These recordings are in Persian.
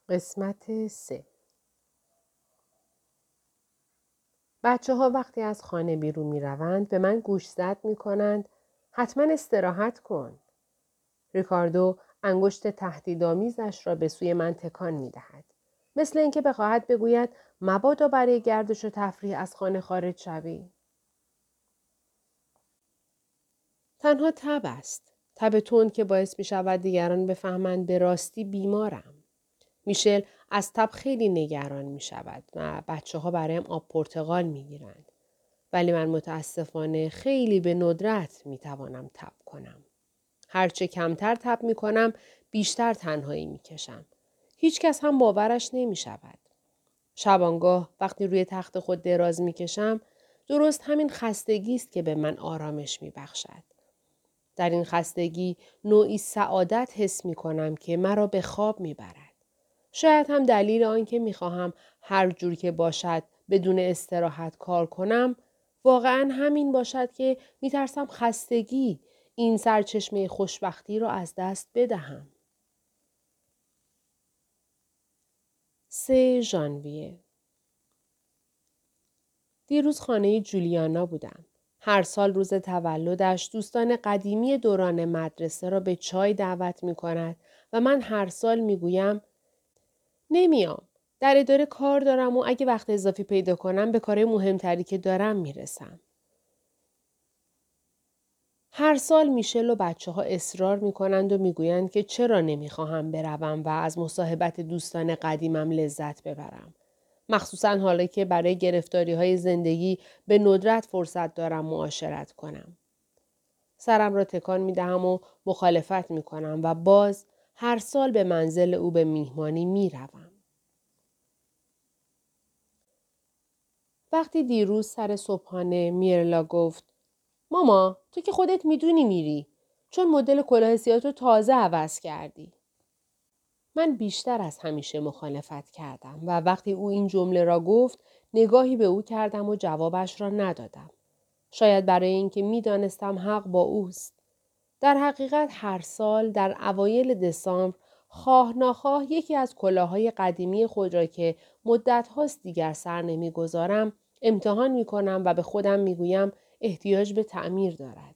قسمت 3. بچه‌ها وقتی از خانه بیرون می روند به من گوشزد می کنند حتما استراحت کن. ریکاردو انگشت تهدیدآمیزش را به سوی من تکان می دهد. مثل اینکه بخواهد بگوید مبادا برای گردش و تفریح از خانه خارج شوی. تنها تب است. تب تند که باعث می شود دیگران بفهمند به راستی بیمارم. میشل از تب خیلی نگران می شود و بچه‌ها برایم آب پرتقال می گیرند. ولی من متاسفانه خیلی به ندرت می توانم تب کنم. هرچه کمتر تب می کنم بیشتر تنهایی می کشم. هیچ کس هم باورش نمی شود. شبانگاه وقتی روی تخت خود دراز می کشم درست همین خستگی است که به من آرامش می بخشد. در این خستگی نوعی سعادت حس می کنم که مرا به خواب می برد. شاید هم دلیل آن که می خواهم هر جور که باشد بدون استراحت کار کنم واقعا همین باشد که می ترسم خستگی این سرچشمه خوشبختی را از دست بدهم. 3 ژانویه. دیروز خانه جولیانا بودم. هر سال روز تولدش دوستان قدیمی دوران مدرسه را به چای دعوت می کند و من هر سال می گویم نمیام. در اداره کار دارم و اگه وقت اضافی پیدا کنم به کار مهمتری که دارم میرسم. هر سال میشل و بچه ها اصرار میکنند و میگویند که چرا نمیخواهم بروم و از مصاحبت دوستان قدیمم لذت ببرم. مخصوصا حالا که برای گرفتاری های زندگی به ندرت فرصت دارم معاشرت کنم. سرم را تکان میدهم و مخالفت میکنم و باز هر سال به منزل او به میهمانی میروم. وقتی دیروز سر صبحانه میرلا گفت ماما تو که خودت میدونی میری چون مدل کلاه سیاهتو تازه عوض کردی. من بیشتر از همیشه مخالفت کردم و وقتی او این جمله را گفت نگاهی به او کردم و جوابش را ندادم. شاید برای اینکه میدانستم حق با اوست. در حقیقت هر سال در اوایل دسامبر خواه ناخواه یکی از کلاههای قدیمی خود را که مدت هاست دیگر سر نمیگذارم امتحان می کنم و به خودم می گویم احتیاج به تعمیر دارد.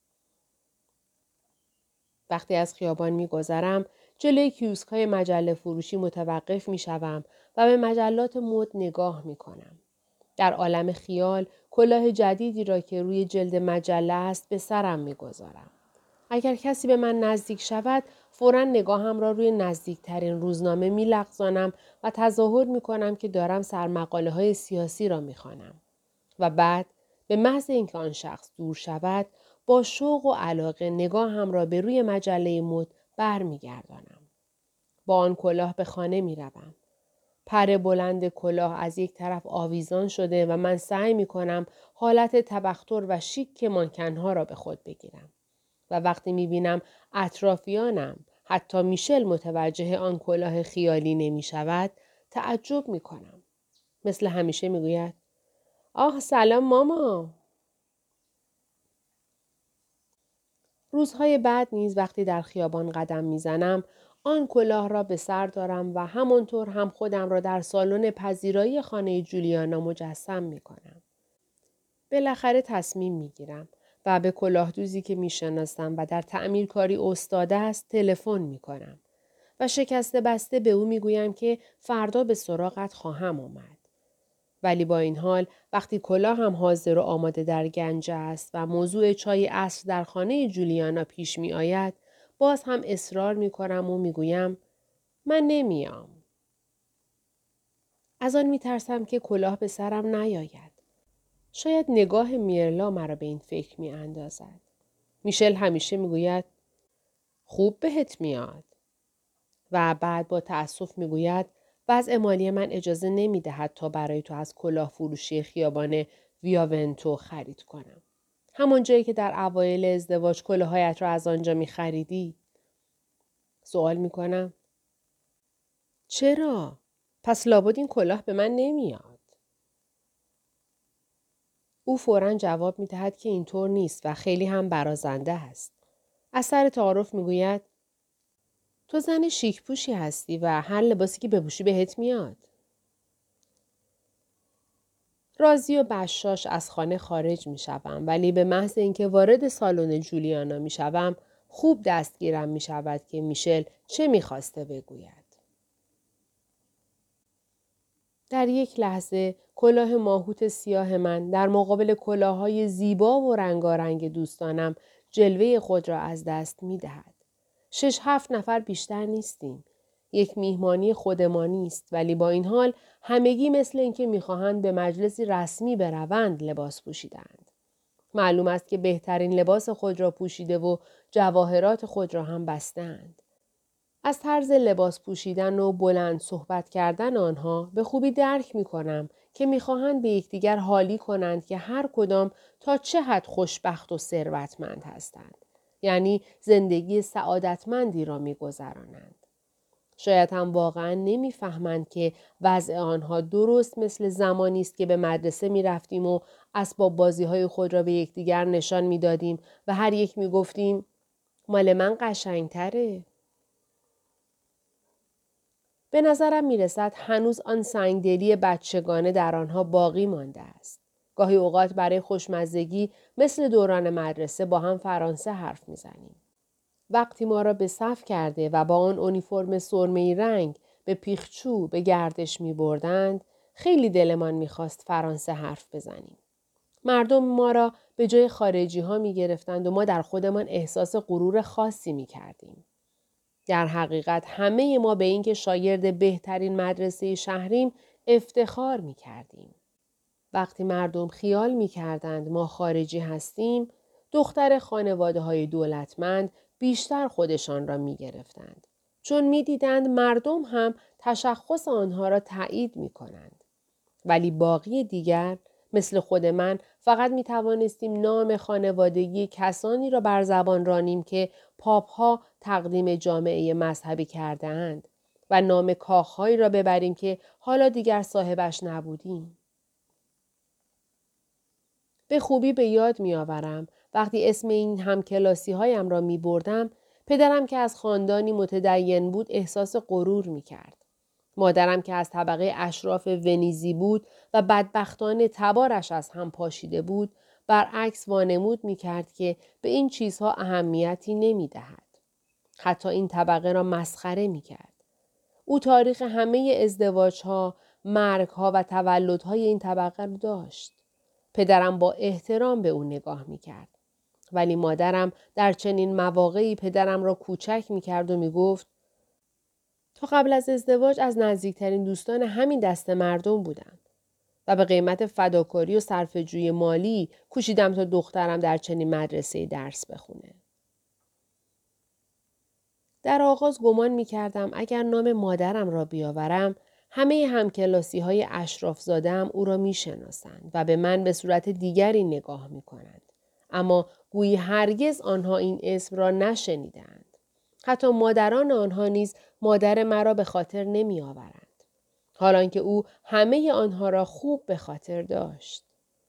وقتی از خیابان می گذرم جلوی کیوسک های مجله فروشی متوقف می شوم و به مجلات مد نگاه می کنم. در عالم خیال کلاه جدیدی را که روی جلد مجله است به سرم می گذارم. اگر کسی به من نزدیک شود فوراً نگاهم را روی نزدیکترین روزنامه می لغزانم و تظاهر می کنم که دارم سرمقاله های سیاسی را می خوانم. و بعد به محض اینکه آن شخص دور شود با شوق و علاقه نگاهم را به روی مجله مد بر می گردانم. با آن کلاه به خانه می روم. پر بلند کلاه از یک طرف آویزان شده و من سعی می کنم حالت تبختر و شیک مانکنها را به خود بگیرم. و وقتی می بینم اطرافیانم حتی میشل متوجه آن کلاه خیالی نمی شود تعجب می کنم. مثل همیشه می گوید آه سلام ماما. روزهای بعد نیز وقتی در خیابان قدم میزنم آن کلاه را به سر دارم و همانطور هم خودم را در سالن پذیرایی خانه جولیانا مجسم می کنم. بالاخره تصمیم می گیرم و به کلاهدوزی که می شناسم و در تعمیرکاری استاد است تلفن می کنم و شکسته بسته به او می گویم که فردا به سراغت خواهم آمد. ولی با این حال وقتی کلاه هم حاضر و آماده در گنج است و موضوع چای عصر در خانه جولیانا پیش می آید باز هم اصرار می کنم و می گویم من نمیام. از آن می ترسم که کلاه به سرم نیاید. شاید نگاه میرلا مرا به این فکر می اندازد. میشل همیشه می گوید خوب بهت میاد. و بعد با تأسف می گوید وضع مالی من اجازه نمی دهد تا برای تو از کلاه فروشی خیابان ویاونتو خرید کنم. همان جایی که در اوایل ازدواج کلاهایت را از آنجا می خریدی. سوال می کنم چرا؟ پس لابد این کلاه به من نمیاد. او فوراً جواب می دهد که اینطور نیست و خیلی هم برازنده است. از سر تعارف می گوید تو زن شیک پوشی هستی و هر لباسی که بپوشی بهت میاد. راضی و بشاش از خانه خارج می شوم ولی به محض اینکه وارد سالن جولیانا می شوم خوب دستگیرم می شود که میشل چه می خواسته بگوید. در یک لحظه کلاه ماهوت سیاه من در مقابل کلاه‌های زیبا و رنگارنگ دوستانم جلوه خود را از دست می دهد. 6-7 نفر بیشتر نیستیم. یک میهمانی خودمانی است ولی با این حال همگی مثل اینکه می‌خواهند به مجلسی رسمی بروند لباس پوشیدند. معلوم است که بهترین لباس خود را پوشیده و جواهرات خود را هم بستند. از طرز لباس پوشیدن و بلند صحبت کردن آنها به خوبی درک می کنم که می خواهند به یکدیگر حالی کنند که هر کدام تا چه حد خوشبخت و ثروتمند هستند. یعنی زندگی سعادتمندی را می گذرانند. شاید هم واقعا نمی فهمند که وضع آنها درست مثل زمانی است که به مدرسه می رفتیم و اسباب بازی های خود را به یکدیگر نشان می دادیم و هر یک می گفتیم مال من قشنگتره. به نظرم می رسد هنوز آن سنگدلی بچگانه در آنها باقی مانده است. گاهی اوقات برای خوشمزگی مثل دوران مدرسه با هم فرانسه حرف می زنیم. وقتی ما را به صف کرده و با آن اونیفرم سرمه‌ای رنگ به پیخچو به گردش می بردند، خیلی دلمان می خواست فرانسه حرف بزنیم. مردم ما را به جای خارجی ها می گرفتند و ما در خودمان احساس غرور خاصی می کردیم. در حقیقت همه ما به اینکه شاگرد بهترین مدرسه شهریم افتخار می کردیم. وقتی مردم خیال می کردند ما خارجی هستیم، دختر خانواده های دولتمند بیشتر خودشان را می گرفتند. چون می دیدند مردم هم تشخص آنها را تایید می کنند. ولی باقی دیگر مثل خود من فقط می توانستیم نام خانوادگی کسانی را بر زبان رانیم که پاپها تقدیم جامعه مذهبی کرده اند و نام کاخهایی را ببریم که حالا دیگر صاحبش نبودیم. به خوبی به یاد می آورم وقتی اسم این همکلاسی هایم را می بردم پدرم که از خاندانی متدین بود احساس غرور می کرد. مادرم که از طبقه اشراف ونیزی بود و بدبختانه تبارش از هم پاشیده بود برعکس وانمود می کرد که به این چیزها اهمیتی نمی دهد. حتی این طبقه را مسخره می کرد. او تاریخ همه ازدواجها، مرگها و تولدهای این طبقه را داشت. پدرم با احترام به او نگاه می کرد. ولی مادرم در چنین مواقعی پدرم را کوچک می کرد و می گفت تا قبل از ازدواج از نزدیکترین دوستان همین دست مردم بودم و به قیمت فداکاری و صرفه‌جویی مالی کوشیدم تا دخترم در چنین مدرسه درس بخونه. در آغاز گمان می کردم اگر نام مادرم را بیاورم همه همکلاسی های اشراف زاده‌ام او را می شناسند و به من به صورت دیگری نگاه می کنند. اما گویی هرگز آنها این اسم را نشنیدند. حتی مادران آنها نیز مادر مرا به خاطر نمی آورند. حالانکه او همه آنها را خوب به خاطر داشت.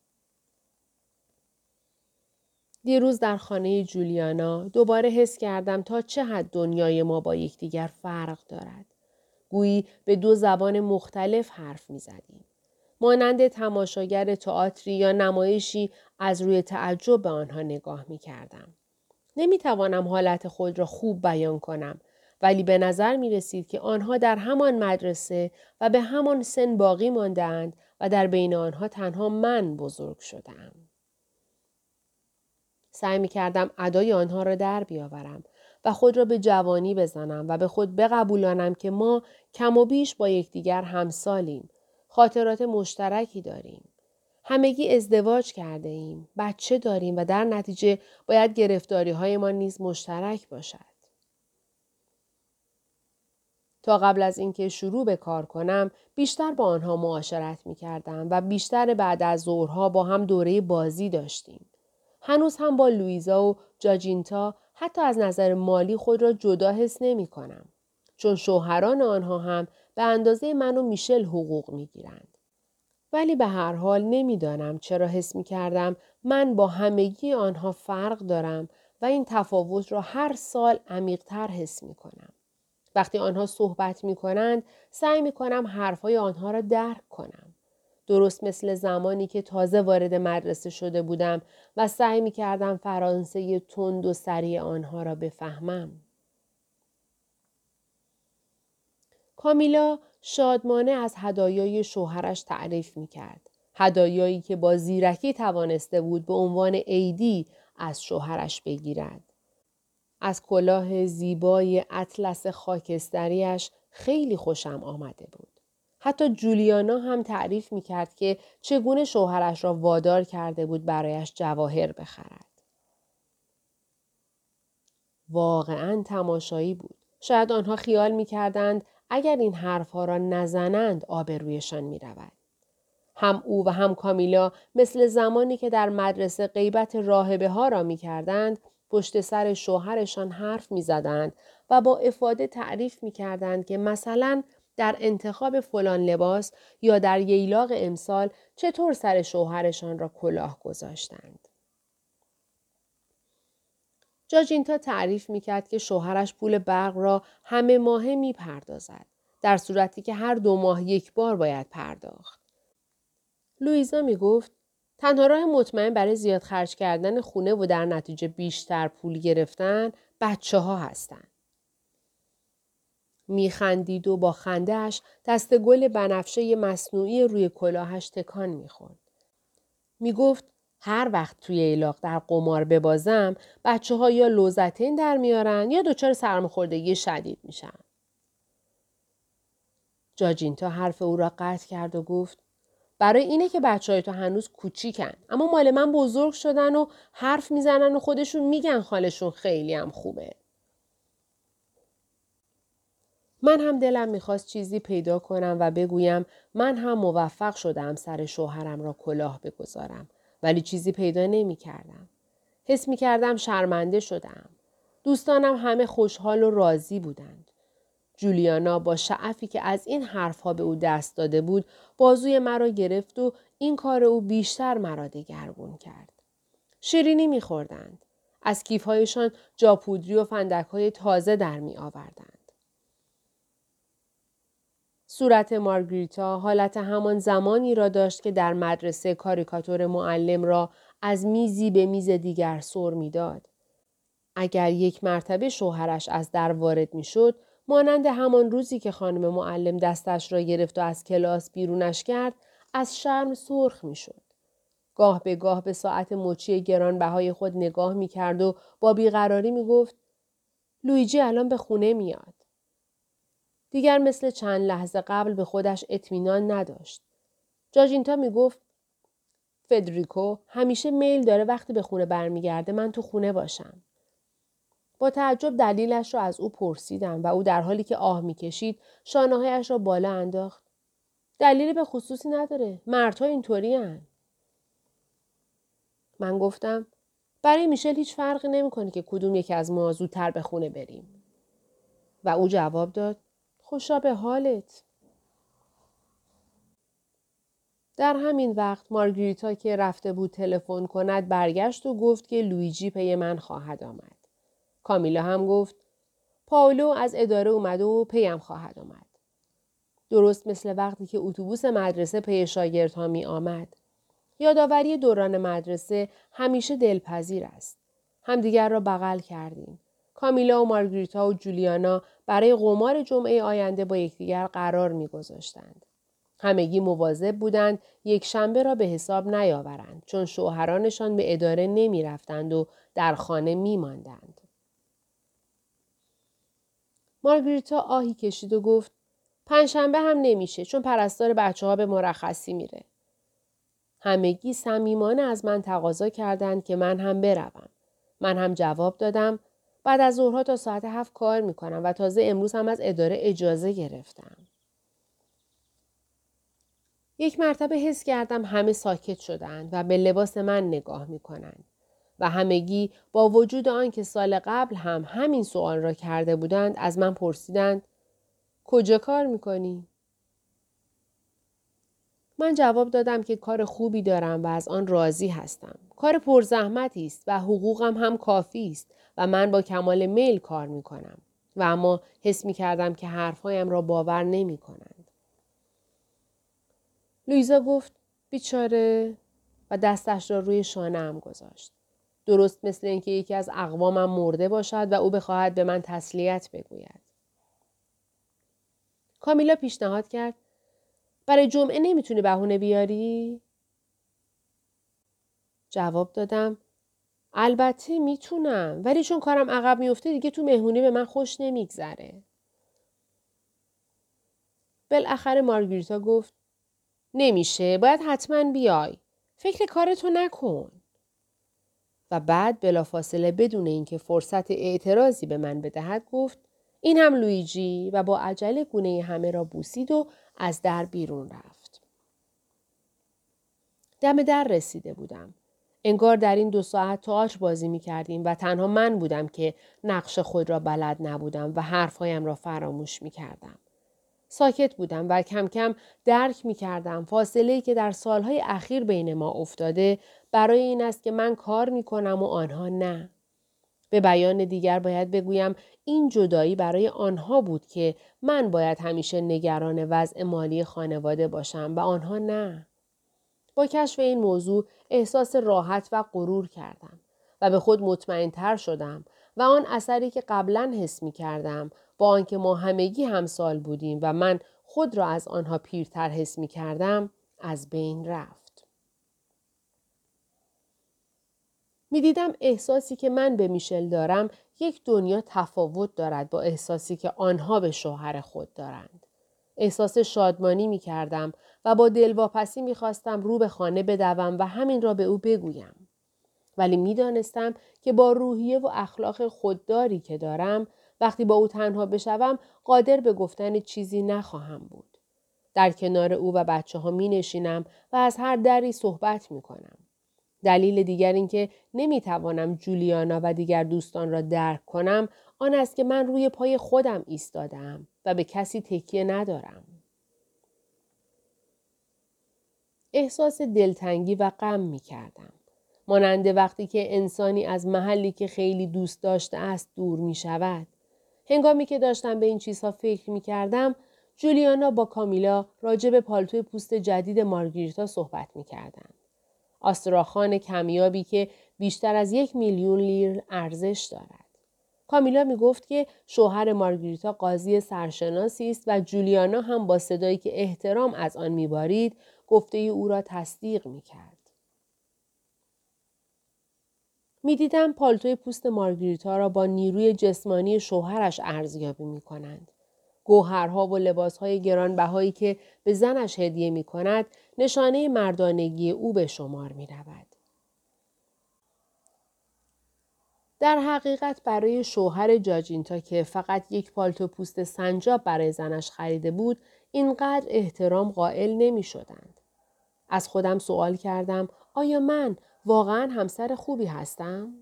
دیروز در خانه جولیانا دوباره حس کردم تا چه حد دنیای ما با یکدیگر فرق دارد. گویی به دو زبان مختلف حرف می زدیم. مانند تماشاگر تئاتری یا نمایشی از روی تعجب به آنها نگاه می کردم. نمی توانم حالت خود را خوب بیان کنم ولی به نظر می رسید که آنها در همان مدرسه و به همان سن باقی مانده‌اند و در بین آنها تنها من بزرگ شدم. سعی می کردم ادای آنها را در بیاورم و خود را به جوانی بزنم و به خود بقبولانم که ما کم و بیش با یکدیگر همسالیم. خاطرات مشترکی داریم. همگی ازدواج کرده ایم. بچه داریم و در نتیجه باید گرفتاری های ما نیز مشترک باشد. تا قبل از اینکه شروع به کار کنم بیشتر با آنها معاشرت می کردم و بیشتر بعد از ظهرها با هم دوره بازی داشتیم. هنوز هم با لویزا و جاجینتا حتی از نظر مالی خود را جدا حس نمی کنم. چون شوهران آنها هم به اندازه من و میشل حقوق می گیرند. ولی به هر حال نمیدانم چرا حس می کردم من با همگی آنها فرق دارم و این تفاوت را هر سال عمیق‌تر حس می کنم. وقتی آنها صحبت می کنند، سعی می کنم حرفهای آنها را درک کنم. درست مثل زمانی که تازه وارد مدرسه شده بودم و سعی می کردم فرانسه تند و سریع آنها را بفهمم. کامیلا شادمانه از هدایای شوهرش تعریف می کرد. هدایایی که با زیرکی توانسته بود به عنوان عیدی از شوهرش بگیرد. از کلاه زیبای اطلس خاکستریش خیلی خوشم آمده بود. حتی جولیانا هم تعریف می کرد که چگونه شوهرش را وادار کرده بود برایش جواهر بخرد. واقعاً تماشایی بود. شاید آنها خیال می کردند اگر این حرفها را نزنند آبرویشان می رود. هم او و هم کامیلا مثل زمانی که در مدرسه غیبت راهبه ها را می کردند پشت سر شوهرشان حرف می زدند و با افاده تعریف می کردند که مثلا در انتخاب فلان لباس یا در ییلاق امسال چطور سر شوهرشان را کلاه گذاشتند. جاجینتا تعریف می کرد که شوهرش پول برق را همه ماهه می پردازد. در صورتی که هر 2 ماه یک بار باید پرداخت. لویزا می گفت تنها راه مطمئن برای زیاد خرج کردن خونه و در نتیجه بیشتر پول گرفتن بچه ها هستن. می خندید و با خنده‌اش دست گل بنفشه مصنوعی روی کلاهش تکان می خورد. می گفت هر وقت توی ایلاق در قمار ببازم بچه ها یا لوزتین در میارن یا دچار سرماخوردگی شدید میشن. جاجینتا حرف او را قطع کرد و گفت برای اینه که بچه‌های تو هنوز کوچیکن اما مال من بزرگ شدن و حرف میزنن و خودشون میگن خالشون خیلی هم خوبه. من هم دلم میخواست چیزی پیدا کنم و بگویم من هم موفق شدم سر شوهرم را کلاه بگذارم ولی چیزی پیدا نمی‌کردم. حس می‌کردم شرمنده شدم. دوستانم همه خوشحال و راضی بودند. جولیانا با شعفی که از این حرفها به او دست داده بود بازوی مرا گرفت و این کار او بیشتر مرا دگرگون کرد. شیرینی می‌خوردند. از کیف‌هایشان جاپودری و فندک‌های تازه در می‌آوردند. صورت مارگریتا حالت همان زمانی را داشت که در مدرسه کاریکاتور معلم را از میزی به میز دیگر سر می‌داد. اگر یک مرتبه شوهرش از در وارد می‌شد، مانند همان روزی که خانم معلم دستش را گرفت و از کلاس بیرونش کرد، از شرم سرخ می‌شد. گاه به گاه به ساعت مچی گرانبهای خود نگاه می‌کرد و با بیقراری می‌گفت لویجی الان به خونه میاد. دیگر مثل چند لحظه قبل به خودش اطمینان نداشت. جاجینتا میگفت فدریکو همیشه میل داره وقتی به خونه برمیگرده من تو خونه باشم. با تعجب دلیلش را از او پرسیدم و او در حالی که آه میکشید شانه‌هایش را بالا انداخت. دلیلی به خصوصی نداره. مردها اینطوری هن. من گفتم برای میشل هیچ فرقی نمیکنه که کدوم یکی از ما زودتر به خونه بریم. و او جواب داد خوشا به حالت. در همین وقت مارگریتا که رفته بود تلفن کند برگشت و گفت که لویجی پی من خواهد آمد. کامیلا هم گفت پائولو از اداره اومده و پیم خواهد آمد. درست مثل وقتی که اتوبوس مدرسه پی شاگردها می آمد. یادآوری دوران مدرسه همیشه دلپذیر است. همدیگر را بغل کردیم. کامیلا و مارگریتا و جولیانا برای قمار جمعه آینده با یکدیگر قرار می‌گذاشتند. همگی مواظب بودند یک شنبه را به حساب نیاورند چون شوهرانشان به اداره نمی رفتند و در خانه می ماندند. مارگریتا آهی کشید و گفت پنجشنبه هم نمیشه چون پرستار بچه ها به مرخصی میره. همگی صمیمانه از من تقاضا کردند که من هم بروم. من هم جواب دادم بعد از ظهرها تا ساعت 7 کار میکنم و تازه امروز هم از اداره اجازه گرفتم. یک مرتبه حس کردم همه ساکت شدند و به لباس من نگاه میکنند و همگی با وجود آن که سال قبل هم همین سوال را کرده بودند از من پرسیدند کجا کار میکنی؟ من جواب دادم که کار خوبی دارم و از آن راضی هستم. کار پرزحمتی است و حقوقم هم کافی است و من با کمال میل کار میکنم. و اما حس می کردم که حرفهایم را باور نمی کنند. لویزا گفت بیچاره و دستش را روی شانه‌ام گذاشت. درست مثل اینکه یکی از اقوامم مرده باشد و او بخواهد به من تسلیت بگوید. کامیلا پیشنهاد کرد برای جمعه نمیتونی بهونه بیاری؟ جواب دادم البته میتونم ولی چون کارم عقب میفته دیگه تو مهمونی به من خوش نمیگذره. بالاخره مارگریتا گفت نمیشه باید حتما بیای. فکر کارتو نکن. و بعد بلافاصله بدون اینکه فرصت اعتراضی به من بدهد گفت این هم لویجی و با عجله گونه همه را بوسید و از در بیرون رفت. دم در رسیده بودم. انگار در این 2 ساعت تئاتر بازی می کردیم و تنها من بودم که نقش خود را بلد نبودم و حرفهایم را فراموش می کردم. ساکت بودم و کم کم درک می کردم فاصله‌ای که در سالهای اخیر بین ما افتاده برای این است که من کار می کنم و آنها نه. به بیان دیگر باید بگویم این جدایی برای آنها بود که من باید همیشه نگران وضع مالی خانواده باشم و آنها نه. با کشف این موضوع احساس راحت و غرور کردم و به خود مطمئن‌تر شدم و آن اثری که قبلا حس می کردم با آنکه ما همگی همسال بودیم و من خود را از آنها پیرتر حس می کردم از بین رفت. می دیدم احساسی که من به میشل دارم یک دنیا تفاوت دارد با احساسی که آنها به شوهر خود دارند. احساس شادمانی می کردم و با دلواپسی می خواستم رو به خانه بدوم و همین را به او بگویم. ولی می دانستم که با روحیه و اخلاق خودداری که دارم وقتی با او تنها بشوم قادر به گفتن چیزی نخواهم بود. در کنار او و بچه ها می نشینم و از هر دری صحبت می کنم. دلیل دیگر این که نمی توانم جولیانا و دیگر دوستان را درک کنم آن است که من روی پای خودم ایستادم و به کسی تکیه ندارم. احساس دلتنگی و غم می کردم. مانند وقتی که انسانی از محلی که خیلی دوست داشته است دور می شود. هنگامی که داشتم به این چیزها فکر می کردم، جولیانا با کامیلا راجع به پالتوی پوست جدید مارگریتا صحبت می کردند. آستراخان کمیابی که بیشتر از 1 میلیون لیر ارزش دارد. کامیلا می گفت که شوهر مارگریتا قاضی سرشناسی است و جولیانا هم با صدایی که احترام از آن می بارید گفته او را تصدیق می کرد. می دیدم پالتوی پوست مارگریتا را با نیروی جسمانی شوهرش ارزیابی می کنند. گوهرها و لباسهای گرانبهایی که به زنش هدیه می کند نشانه مردانگی او به شمار می رود. در حقیقت برای شوهر جاجینتا که فقط یک پالتو پوست سنجاب برای زنش خریده بود اینقدر احترام قائل نمی شدند. از خودم سوال کردم آیا من واقعا همسر خوبی هستم؟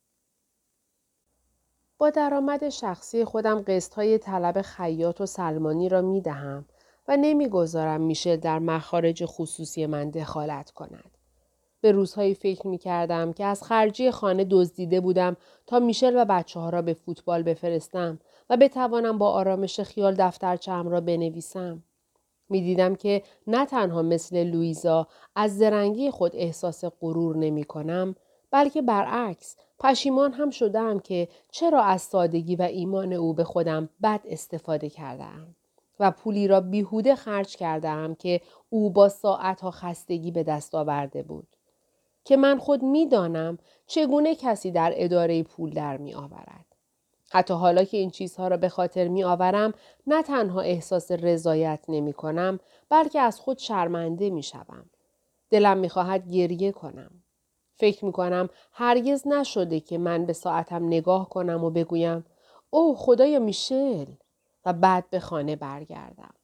با درآمد شخصی خودم قسط‌های طلب خیاط و سلمانی را می دهم و نمی گذارم میشل در مخارج خصوصی من دخالت کند. به روزهایی فکر می کردم که از خرجی خانه دزدیده بودم تا میشل و بچه ها را به فوتبال بفرستم و بتوانم با آرامش خیال دفترچه‌ام را بنویسم. می دیدم که نه تنها مثل لویزا از زرنگی خود احساس غرور نمی کنم بلکه برعکس پشیمان هم شدم که چرا از سادگی و ایمان او به خودم بد استفاده کردم و پولی را بیهوده خرج کردم که او با ساعتها خستگی به دست آورده بود. که من خود می دانم چگونه کسی در اداره پول در می آورد. حتی حالا که این چیزها را به خاطر می آورم نه تنها احساس رضایت نمی کنم بلکه از خود شرمنده می شوم. دلم می خواهد گریه کنم. فکر می کنم هرگز نشده که من به ساعتم نگاه کنم و بگویم اوه خدایا میشل و بعد به خانه برگردم.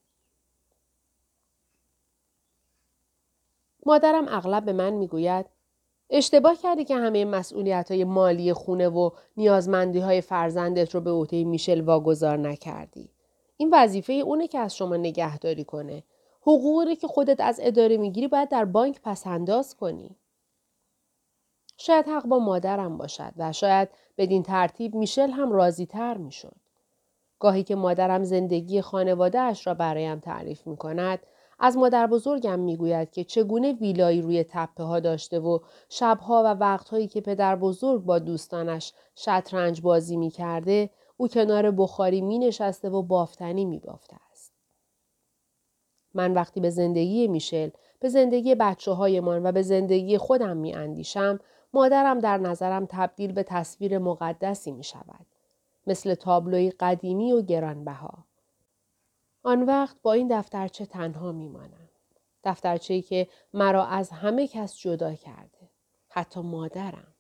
مادرم اغلب به من می گوید اشتباه کردی که همه مسئولیت‌های مالی خونه و نیازمندی‌های فرزندت رو به عهده میشل واگذار نکردی. این وظیفه اونه که از شما نگهداری کنه. حقوقی که خودت از اداره میگیری باید در بانک پس‌انداز کنی. شاید حق با مادرم باشد و شاید بدین ترتیب میشل هم راضی‌تر میشد. گاهی که مادرم زندگی خانواده اش را برایم تعریف می کند، از مادر بزرگم می گوید که چگونه ویلایی روی تپه ها داشته و شبها و وقتهایی که پدر بزرگ با دوستانش شطرنج بازی می کرده، او کنار بخاری می نشسته و بافتنی می بافته است. من وقتی به زندگی میشل، به زندگی بچه‌هایمان و به زندگی خودم می اندیشم، مادرم در نظرم تبدیل به تصویر مقدسی می شود. مثل تابلوی قدیمی و گرانبها. آن وقت با این دفترچه تنها می مانم. دفترچه‌ای که مرا از همه کس جدا کرده. حتی مادرم.